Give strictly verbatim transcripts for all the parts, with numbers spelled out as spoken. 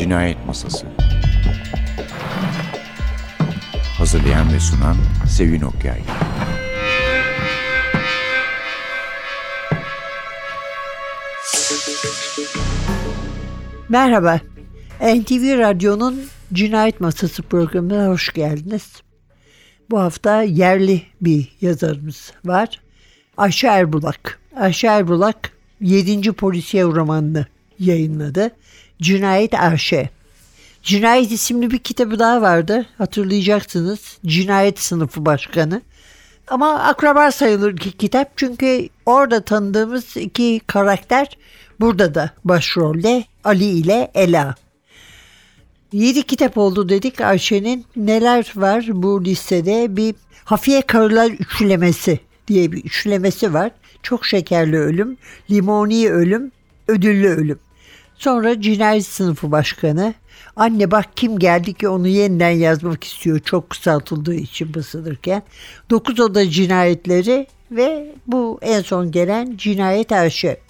Cinayet Masası. Hazırlayan ve sunan Sevin Okyay. Merhaba, N T V Radyo'nun Cinayet Masası programına hoş geldiniz. Bu hafta yerli bir yazarımız var. Ayşe Erbulak. Ayşe Erbulak yedinci polisiye romanını yayınladı. Cinayet Ayşe. Cinayet isimli bir kitabı daha vardı. Hatırlayacaksınız. Cinayet Sınıfı Başkanı. Ama akraba sayılır ki kitap. Çünkü orada tanıdığımız iki karakter burada da başrolde, Ali ile Ela. Yedi kitap oldu dedik Ayşe'nin. Neler var bu listede? Bir Hafiye Karılar Üçlemesi diye bir üçlemesi var. Çok şekerli ölüm, limoni ölüm, ödüllü ölüm. Sonra Cinayet Sınıfı Başkanı. Anne bak kim geldi ki onu yeniden yazmak istiyor çok kısaltıldığı için basılırken. Dokuz Oda Cinayetleri ve bu en son gelen Cinayet Ayşe.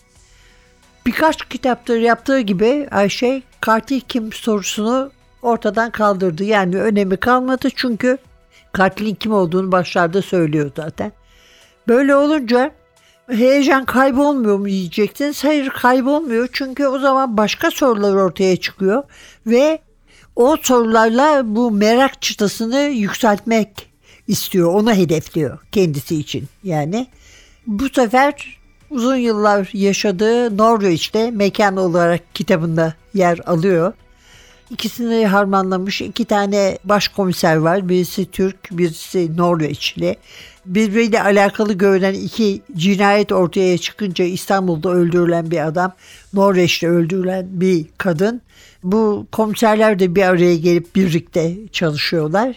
Birkaç kitaptır yaptığı gibi Ayşe katil kim sorusunu ortadan kaldırdı. Yani önemi kalmadı çünkü katilin kim olduğunu başlarda söylüyor zaten. Böyle olunca heyecan kaybolmuyor mu diyecektiniz. Hayır, kaybolmuyor çünkü o zaman başka sorular ortaya çıkıyor ve o sorularla bu merak çıtasını yükseltmek istiyor. Onu hedefliyor kendisi için yani. Bu sefer uzun yıllar yaşadığı Norveç'te mekan olarak kitabında yer alıyor. İkisini harmanlamış iki tane başkomiser var. Birisi Türk, birisi Norveçli. Birbiriyle alakalı görülen iki cinayet ortaya çıkınca İstanbul'da öldürülen bir adam, Norveç'te öldürülen bir kadın. Bu komiserler de bir araya gelip birlikte çalışıyorlar.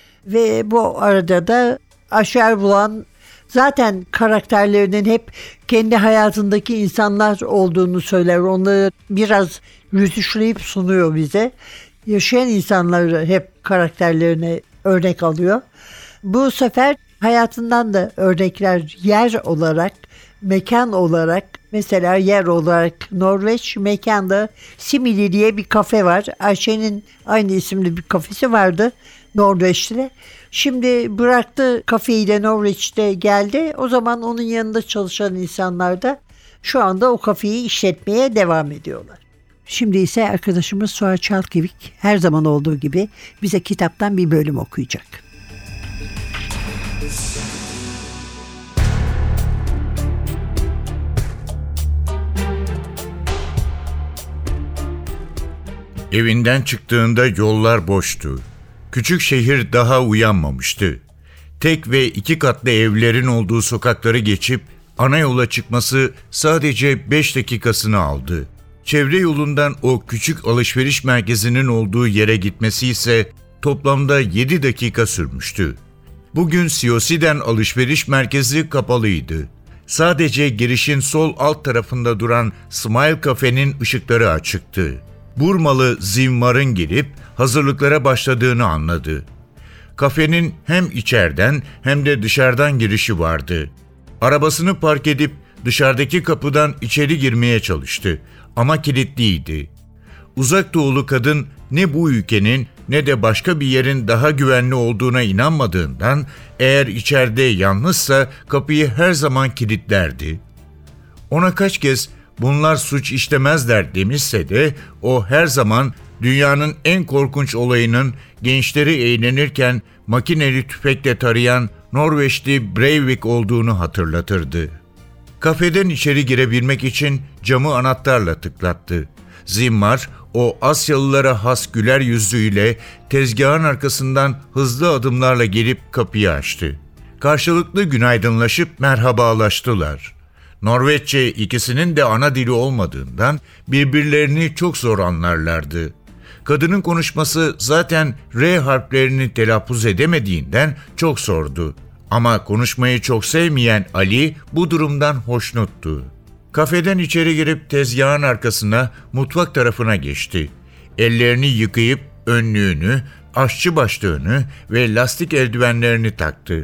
Ve bu arada da Ayşe Erbulak'ın zaten karakterlerinin hep kendi hayatındaki insanlar olduğunu söyler. Onları biraz rütüşleyip sunuyor bize. Yaşayan insanları hep karakterlerine örnek alıyor. Bu sefer hayatından da örnekler yer olarak, mekan olarak, mesela yer olarak Norveç, mekanda Simili diye bir kafe var. Ayşe'nin aynı isimli bir kafesi vardı Norveç'te. Şimdi bıraktı kafeyi de Norveç'te geldi. O zaman onun yanında çalışan insanlar da şu anda o kafeyi işletmeye devam ediyorlar. Şimdi ise arkadaşımız Suha Çalkevik her zaman olduğu gibi bize kitaptan bir bölüm okuyacak. Evinden çıktığında yollar boştu. Küçük şehir daha uyanmamıştı. Tek ve iki katlı evlerin olduğu sokakları geçip ana yola çıkması sadece beş dakikasını aldı. Çevre yolundan o küçük alışveriş merkezinin olduğu yere gitmesi ise toplamda yedi dakika sürmüştü. Bugün Siosi'den alışveriş merkezi kapalıydı. Sadece girişin sol alt tarafında duran Smile Cafe'nin ışıkları açıktı. Burmalı Zimmar'ın gelip hazırlıklara başladığını anladı. Kafenin hem içeriden hem de dışarıdan girişi vardı. Arabasını park edip dışarıdaki kapıdan içeri girmeye çalıştı ama kilitliydi. Uzak doğulu kadın ne bu ülkenin ne de başka bir yerin daha güvenli olduğuna inanmadığından eğer içeride yalnızsa kapıyı her zaman kilitlerdi. Ona kaç kez bunlar suç işlemezler demişse de o her zaman dünyanın en korkunç olayının gençleri eğlenirken makineli tüfekle tarayan Norveçli Breivik olduğunu hatırlatırdı. Kafeden içeri girebilmek için camı anahtarla tıklattı. Zimmar o Asyalılara has güler yüzüyle tezgahın arkasından hızlı adımlarla gelip kapıyı açtı. Karşılıklı günaydınlaşıp merhabalaştılar. Norveççe ikisinin de ana dili olmadığından birbirlerini çok zor anlarlardı. Kadının konuşması zaten R harflerini telaffuz edemediğinden çok zordu. Ama konuşmayı çok sevmeyen Ali bu durumdan hoşnuttu. Kafeden içeri girip tezgahın arkasına, mutfak tarafına geçti. Ellerini yıkayıp önlüğünü, aşçı başlığını ve lastik eldivenlerini taktı.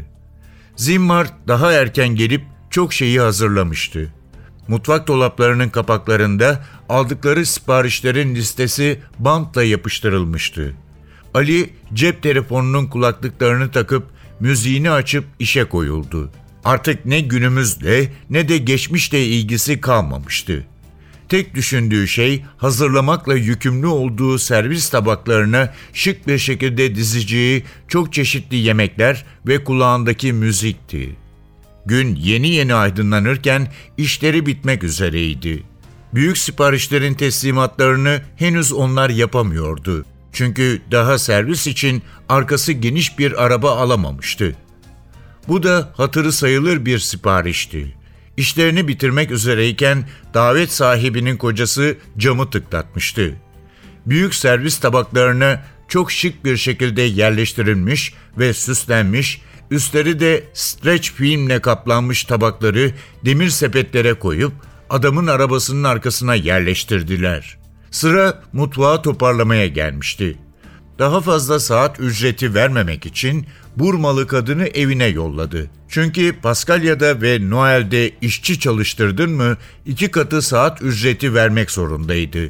Zimmar daha erken gelip çok şeyi hazırlamıştı. Mutfak dolaplarının kapaklarında aldıkları siparişlerin listesi bantla yapıştırılmıştı. Ali cep telefonunun kulaklıklarını takıp müziğini açıp işe koyuldu. Artık ne günümüzle ne de geçmişle ilgisi kalmamıştı. Tek düşündüğü şey hazırlamakla yükümlü olduğu servis tabaklarına şık bir şekilde dizeceği çok çeşitli yemekler ve kulağındaki müzikti. Gün yeni yeni aydınlanırken işleri bitmek üzereydi. Büyük siparişlerin teslimatlarını henüz onlar yapamıyordu. Çünkü daha servis için arkası geniş bir araba alamamıştı. Bu da hatırı sayılır bir siparişti. İşlerini bitirmek üzereyken davet sahibinin kocası camı tıklatmıştı. Büyük servis tabaklarına çok şık bir şekilde yerleştirilmiş ve süslenmiş, üstleri de streç filmle kaplanmış tabakları demir sepetlere koyup adamın arabasının arkasına yerleştirdiler. Sıra mutfağı toparlamaya gelmişti. Daha fazla saat ücreti vermemek için Burmalı kadını evine yolladı. Çünkü Paskalya'da ve Noel'de işçi çalıştırdın mı iki katı saat ücreti vermek zorundaydı.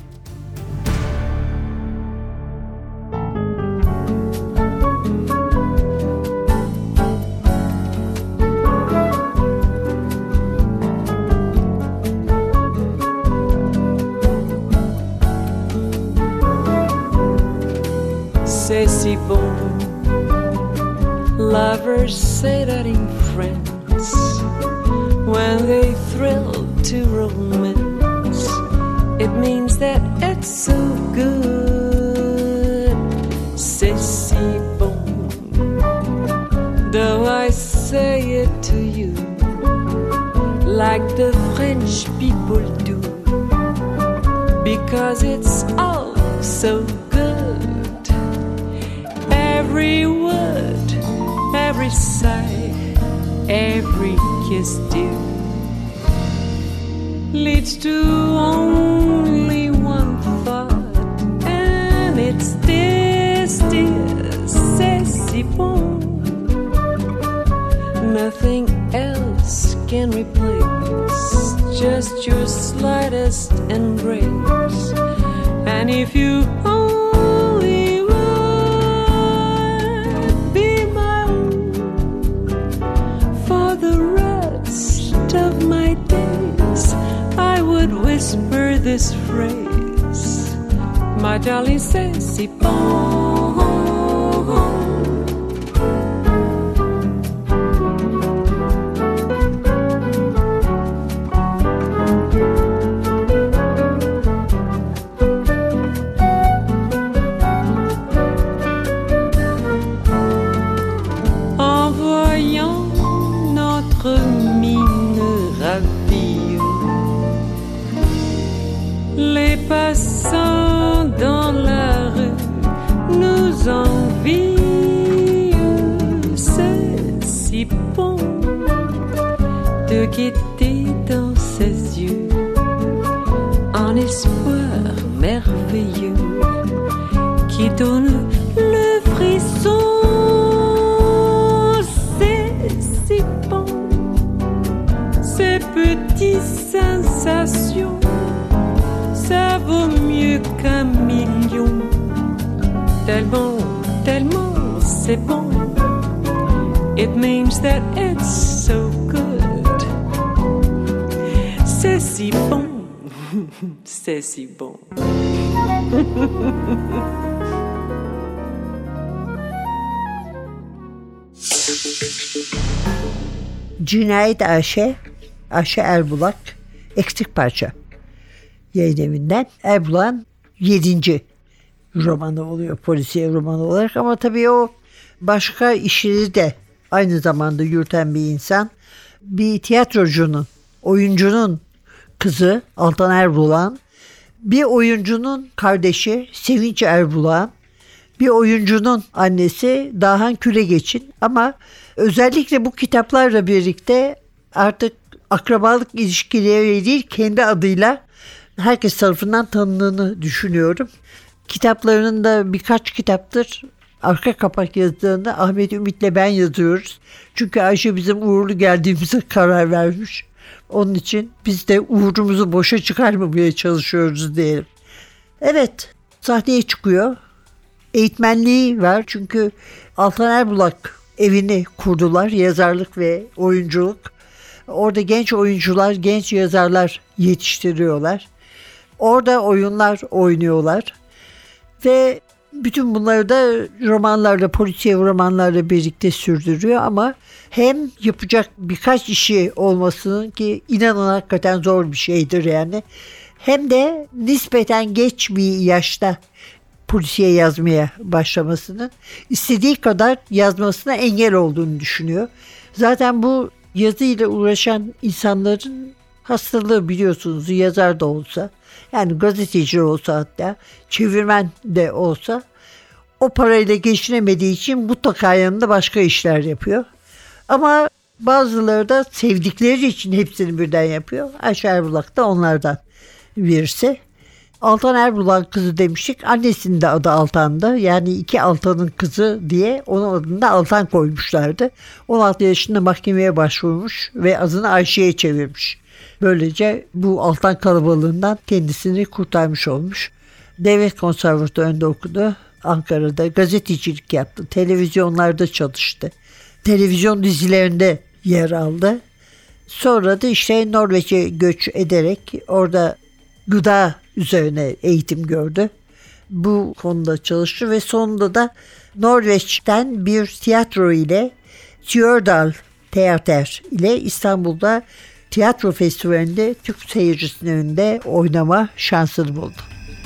C'est si bon. Lovers say that in France when they thrill to romance. It means that it's so good. C'est si bon. Though I say it to you like the French people do, because it's all so good. Every word, every sigh, every kiss, dear, leads to only one thought, and it's this, dear, c'est si bon. Nothing else can replace just your slightest embrace, and if you whisper this phrase, my darling, c'est si bon. En voyant notre mine ravie, les passants dans la rue nous envient. C'est si bon de guetter dans ses yeux un espoir merveilleux qui donne le frisson. C'est si bon, ces petites sensations, ça vaut mieux qu'un million. Tellement, tellement c'est bon. It means that it's so good. C'est si bon. C'est si bon. Cinayet Ayşe, Ayşe Erbulak, Eksik Parça yayın evinden. Erbulak'ın yedinci romanı oluyor polisiye romanı olarak, ama tabii o başka işleri de aynı zamanda yürüten bir insan. Bir tiyatrocunun, oyuncunun kızı Altan Erbulak'ın, bir oyuncunun kardeşi Sevinç Erbulak'ın, bir oyuncunun annesi Dahan Küregeç'in, ama özellikle bu kitaplarla birlikte artık akrabalık ilişkileri değil, kendi adıyla herkes tarafından tanındığını düşünüyorum. Kitaplarının da birkaç kitaptır arka kapak yazdığında Ahmet Ümit'le ben yazıyoruz. Çünkü Ayşe bizim uğurlu geldiğimize karar vermiş. Onun için biz de uğrumuzu boşa çıkarmamaya çalışıyoruz diyelim. Evet, sahneye çıkıyor. Eğitmenliği var çünkü Altan Erbulak evini kurdular. Yazarlık ve oyunculuk. Orada genç oyuncular, genç yazarlar yetiştiriyorlar. Orada oyunlar oynuyorlar. Ve bütün bunları da romanlarla, polisiye romanlarla birlikte sürdürüyor ama hem yapacak birkaç işi olmasının ki inanın hakikaten zor bir şeydir yani. Hem de nispeten geç bir yaşta polisiye yazmaya başlamasının istediği kadar yazmasına engel olduğunu düşünüyor. Zaten bu yazıyla uğraşan insanların hastalığı biliyorsunuz, yazar da olsa, yani gazeteci olsa, hatta çevirmen de olsa o parayla geçinemediği için mutlaka yanında başka işler yapıyor. Ama bazıları da sevdikleri için hepsini birden yapıyor. Ayşe Erbulak da onlardan birisi. Altan Erbulak kızı demiştik. Annesinin de adı Altan'dı. Yani iki Altan'ın kızı diye onun adını da Altan koymuşlardı. on altı yaşında mahkemeye başvurmuş ve adını Ayşe'ye çevirmiş. Böylece bu Altan kalabalığından kendisini kurtarmış olmuş. Devlet Konservatuvarı'nda okudu. Ankara'da gazetecilik yaptı. Televizyonlarda çalıştı. Televizyon dizilerinde yer aldı. Sonra da işte Norveç'e göç ederek orada gıda üzerine eğitim gördü. Bu konuda çalıştı ve sonunda da Norveç'ten bir tiyatro ile Tjördal Teater ile İstanbul'da tiyatro festivalinde Türk seyircisinin önünde oynama şansını buldu.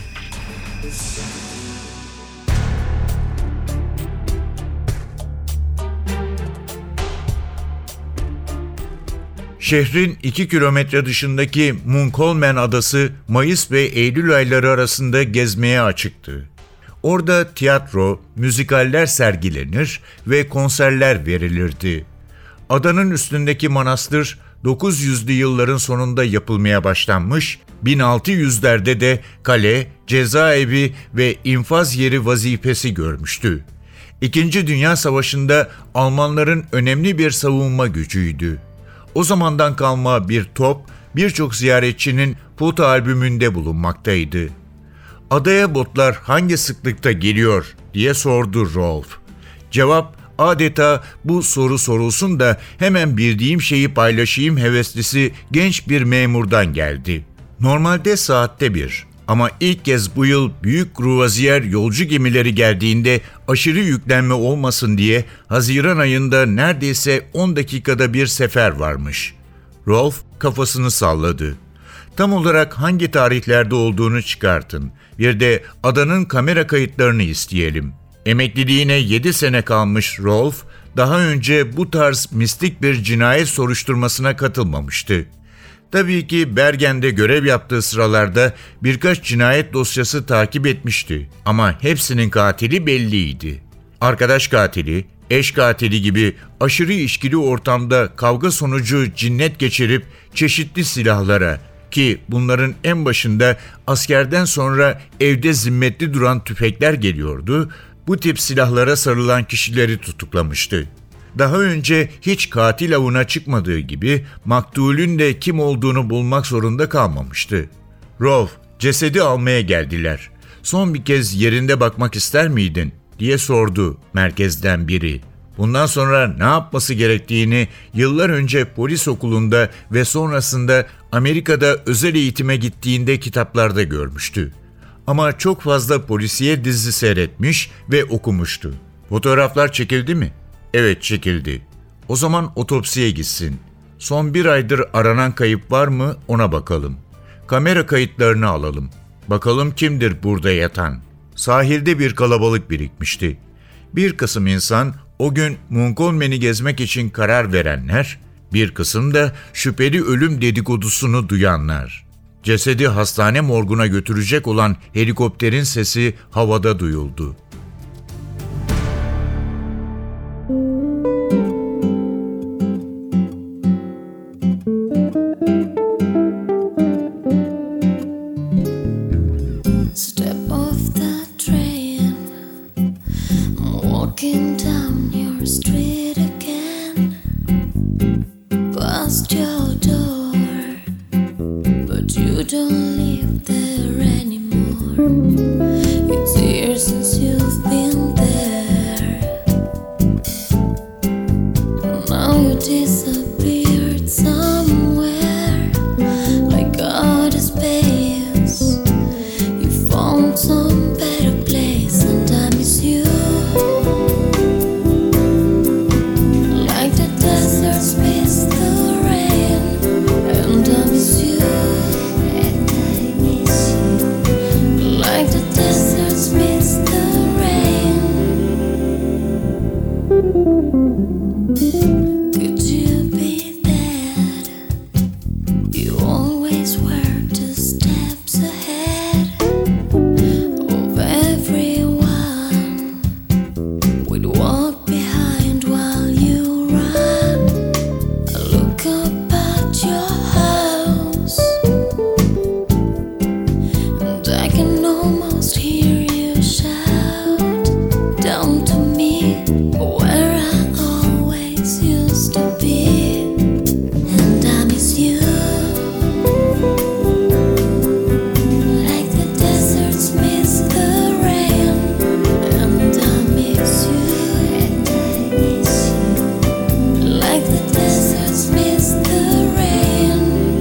Şehrin iki kilometre dışındaki Munkholmen adası Mayıs ve Eylül ayları arasında gezmeye açıktı. Orada tiyatro, müzikaller sergilenir ve konserler verilirdi. Adanın üstündeki manastır dokuz yüzlü yılların sonunda yapılmaya başlanmış, bin altı yüzlerde de kale, cezaevi ve infaz yeri vazifesi görmüştü. İkinci Dünya Savaşı'nda Almanların önemli bir savunma gücüydü. O zamandan kalma bir top birçok ziyaretçinin foto albümünde bulunmaktaydı. "Adaya botlar hangi sıklıkta geliyor?" diye sordu Rolf. Cevap adeta bu soru sorulsun da hemen bildiğim şeyi paylaşayım heveslisi genç bir memurdan geldi. Normalde saatte bir ama ilk kez bu yıl büyük kruvaziyer yolcu gemileri geldiğinde aşırı yüklenme olmasın diye Haziran ayında neredeyse on dakikada bir sefer varmış. Rolf kafasını salladı. Tam olarak hangi tarihlerde olduğunu çıkartın. Bir de adanın kamera kayıtlarını isteyelim. Emekliliğine yedi sene kalmış Rolf, daha önce bu tarz mistik bir cinayet soruşturmasına katılmamıştı. Tabii ki Bergen'de görev yaptığı sıralarda birkaç cinayet dosyası takip etmişti ama hepsinin katili belliydi. Arkadaş katili, eş katili gibi aşırı içkili ortamda kavga sonucu cinnet geçirip çeşitli silahlara, ki bunların en başında askerden sonra evde zimmetli duran tüfekler geliyordu, bu tip silahlara sarılan kişileri tutuklamıştı. Daha önce hiç katil avına çıkmadığı gibi maktulün de kim olduğunu bulmak zorunda kalmamıştı. "Rolf, cesedi almaya geldiler. Son bir kez yerinde bakmak ister miydin?" diye sordu merkezden biri. Bundan sonra ne yapması gerektiğini yıllar önce polis okulunda ve sonrasında Amerika'da özel eğitime gittiğinde kitaplarda görmüştü. Ama çok fazla polisiye dizi seyretmiş ve okumuştu. "Fotoğraflar çekildi mi?" "Evet, çekildi." "O zaman otopsiye gitsin. Son bir aydır aranan kayıp var mı ona bakalım. Kamera kayıtlarını alalım. Bakalım kimdir burada yatan." Sahilde bir kalabalık birikmişti. Bir kısım insan o gün Munkholmen'i gezmek için karar verenler, bir kısım da şüpheli ölüm dedikodusunu duyanlar. Cesedi hastane morguna götürecek olan helikopterin sesi havada duyuldu. Step off the train, walking down your street again, past your door. disappeared somewhere like out of space. You found some better place, and I miss you like the deserts miss the rain, and I miss you, and I miss you like the deserts miss the rain. Could you be that? You always were two steps ahead of everyone. We'd walk behind while you run. I look up at your house, and I can almost hear you shout down to me, where I always used to be, and I miss you like the deserts miss the rain, and I miss you, and I miss you like the deserts miss the rain.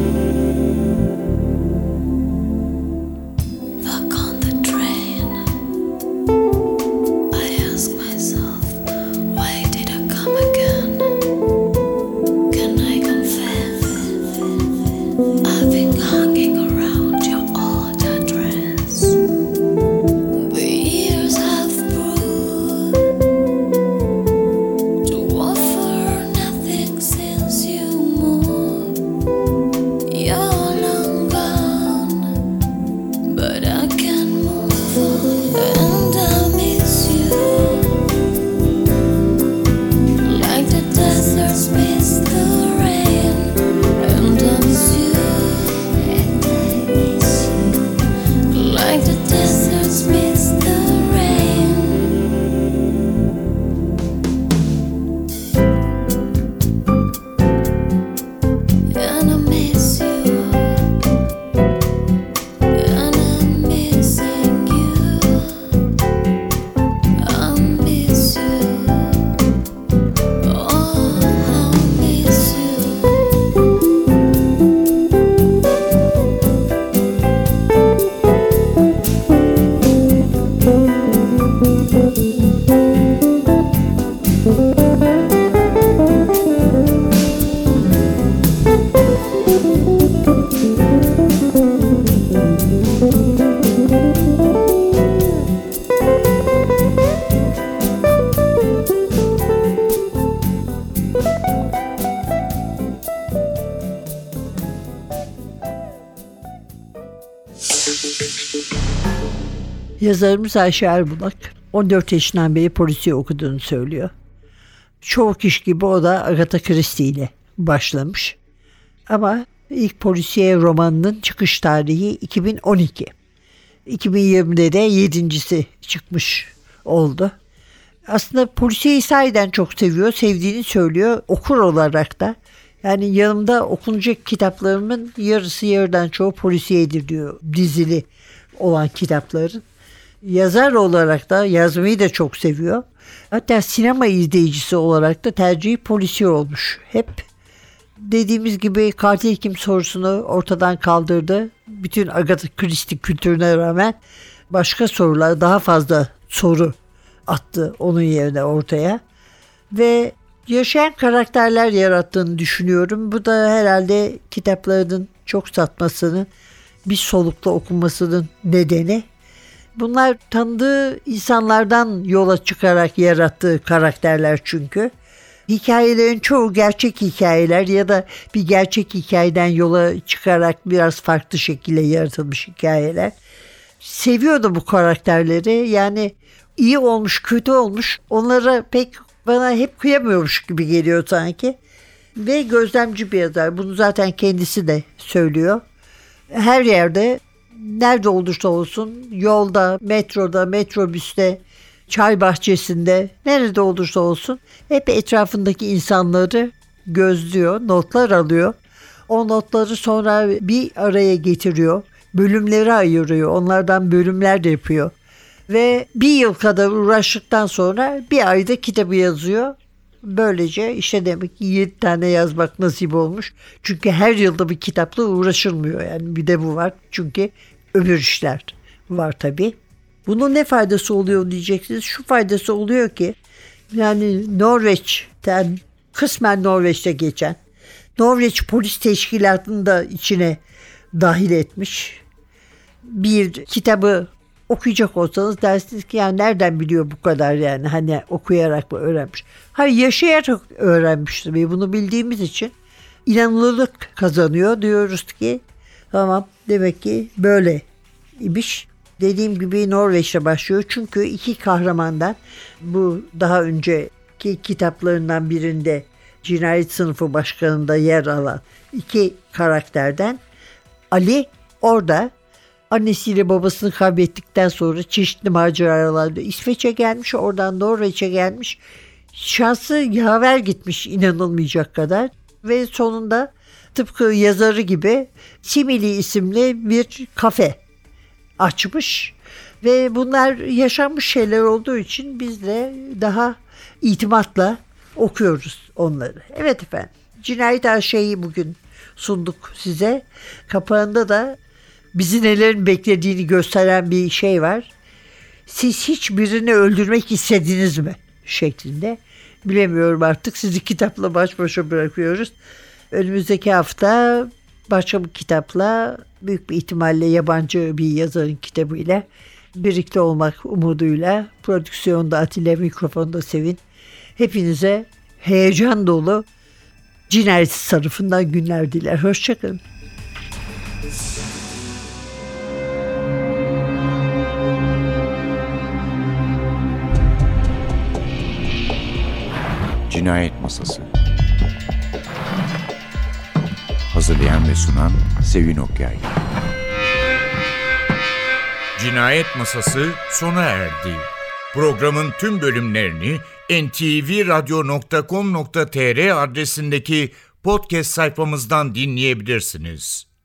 Back on the train, I ask myself, why did I come again? Can I confess? I've been hanging around your old address. The years have proved to offer nothing since you moved. You're long gone, but I can move on, and I miss you like the deserts miss the rain, and I miss you, and I miss you like the deserts miss the rain. And I miss you, and I'm missing you. I miss you, oh, I miss you. Yazarımız Ayşe Erbulak on dört yaşından beri polisiye okuduğunu söylüyor. Çoğu kişi gibi o da Agatha Christie ile başlamış. Ama ilk polisiye romanının çıkış tarihi iki bin on iki. iki bin yirmide de yedincisi çıkmış oldu. Aslında polisiyeyi sahiden çok seviyor, sevdiğini söylüyor. Okur olarak da. Yani yanımda okunacak kitaplarımın yarısı yarıdan çoğu polisiyedir diyor, dizili olan kitapların. Yazar olarak da yazmayı da çok seviyor. Hatta sinema izleyicisi olarak da tercihi polisiye olmuş. Hep dediğimiz gibi katil kim sorusunu ortadan kaldırdı. Bütün Agatha Christie kültürüne rağmen başka sorular, daha fazla soru attı onun yerine ortaya. Ve yaşayan karakterler yarattığını düşünüyorum. Bu da herhalde kitaplarının çok satmasının, bir solukla okunmasının nedeni. Bunlar tanıdığı insanlardan yola çıkarak yarattığı karakterler çünkü. Hikayelerin çoğu gerçek hikayeler ya da bir gerçek hikayeden yola çıkarak biraz farklı şekilde yaratılmış hikayeler. Seviyordu bu karakterleri. Yani iyi olmuş, kötü olmuş, onlara pek bana hep kıyamıyormuş gibi geliyor sanki. Ve gözlemci bir yazar. Bunu zaten kendisi de söylüyor. Her yerde, nerede olursa olsun, yolda, metroda, metrobüste, çay bahçesinde, nerede olursa olsun hep etrafındaki insanları gözlüyor, notlar alıyor. O notları sonra bir araya getiriyor, bölümlere ayırıyor, onlardan bölümler de yapıyor. Ve bir yıl kadar uğraştıktan sonra bir ayda kitabı yazıyor Böylece işte demek ki yedi tane yazmak nasip olmuş. Çünkü her yılda bir kitapla uğraşılmıyor yani. Bir de bu var. Çünkü öbür işler var tabii. Bunun ne faydası oluyor diyeceksiniz. Şu faydası oluyor ki yani Norveç'ten, kısmen Norveç'te geçen Norveç Polis Teşkilatı'nı da içine dahil etmiş. Bir kitabı okuyacak olsanız dersiniz ki yani nereden biliyor bu kadar yani hani okuyarak mı öğrenmiş? Hayır, yaşayarak öğrenmiş ve bunu bildiğimiz için inanılırlık kazanıyor. Diyoruz ki tamam, demek ki böyle imiş. Dediğim gibi Norveç'te başlıyor. Çünkü iki kahramandan, bu daha önceki kitaplarından birinde Cinayet Sınıfı Başkanı'nda yer alan iki karakterden Ali orada annesiyle babasını kaybettikten sonra çeşitli maceralarla İsveç'e gelmiş, oradan Norveç'e gelmiş. Şansı yaver gitmiş inanılmayacak kadar ve sonunda tıpkı yazarı gibi Simili isimli bir kafe açmış ve bunlar yaşanmış şeyler olduğu için biz de daha itimatla okuyoruz onları. Evet efendim, Cinayet Arşivi'yi bugün sunduk size. Kapağında da bizi nelerin beklediğini gösteren bir şey var. Siz hiç birini öldürmek istediniz mi? Şeklinde. Bilemiyorum artık, sizi kitapla baş başa bırakıyoruz. Önümüzdeki hafta başka bir kitapla, büyük bir ihtimalle yabancı bir yazarın kitabıyla birlikte olmak umuduyla, prodüksiyonda Atilla, mikrofonda Sevin. Hepinize heyecan dolu Cinayet Sarıfı'ndan günler diler. Hoşçakalın. Cinayet Masası. Hazırlayan ve sunan Sevin Okyay. Cinayet Masası sona erdi. Programın tüm bölümlerini en te ve radyo nokta com nokta te er adresindeki podcast sayfamızdan dinleyebilirsiniz.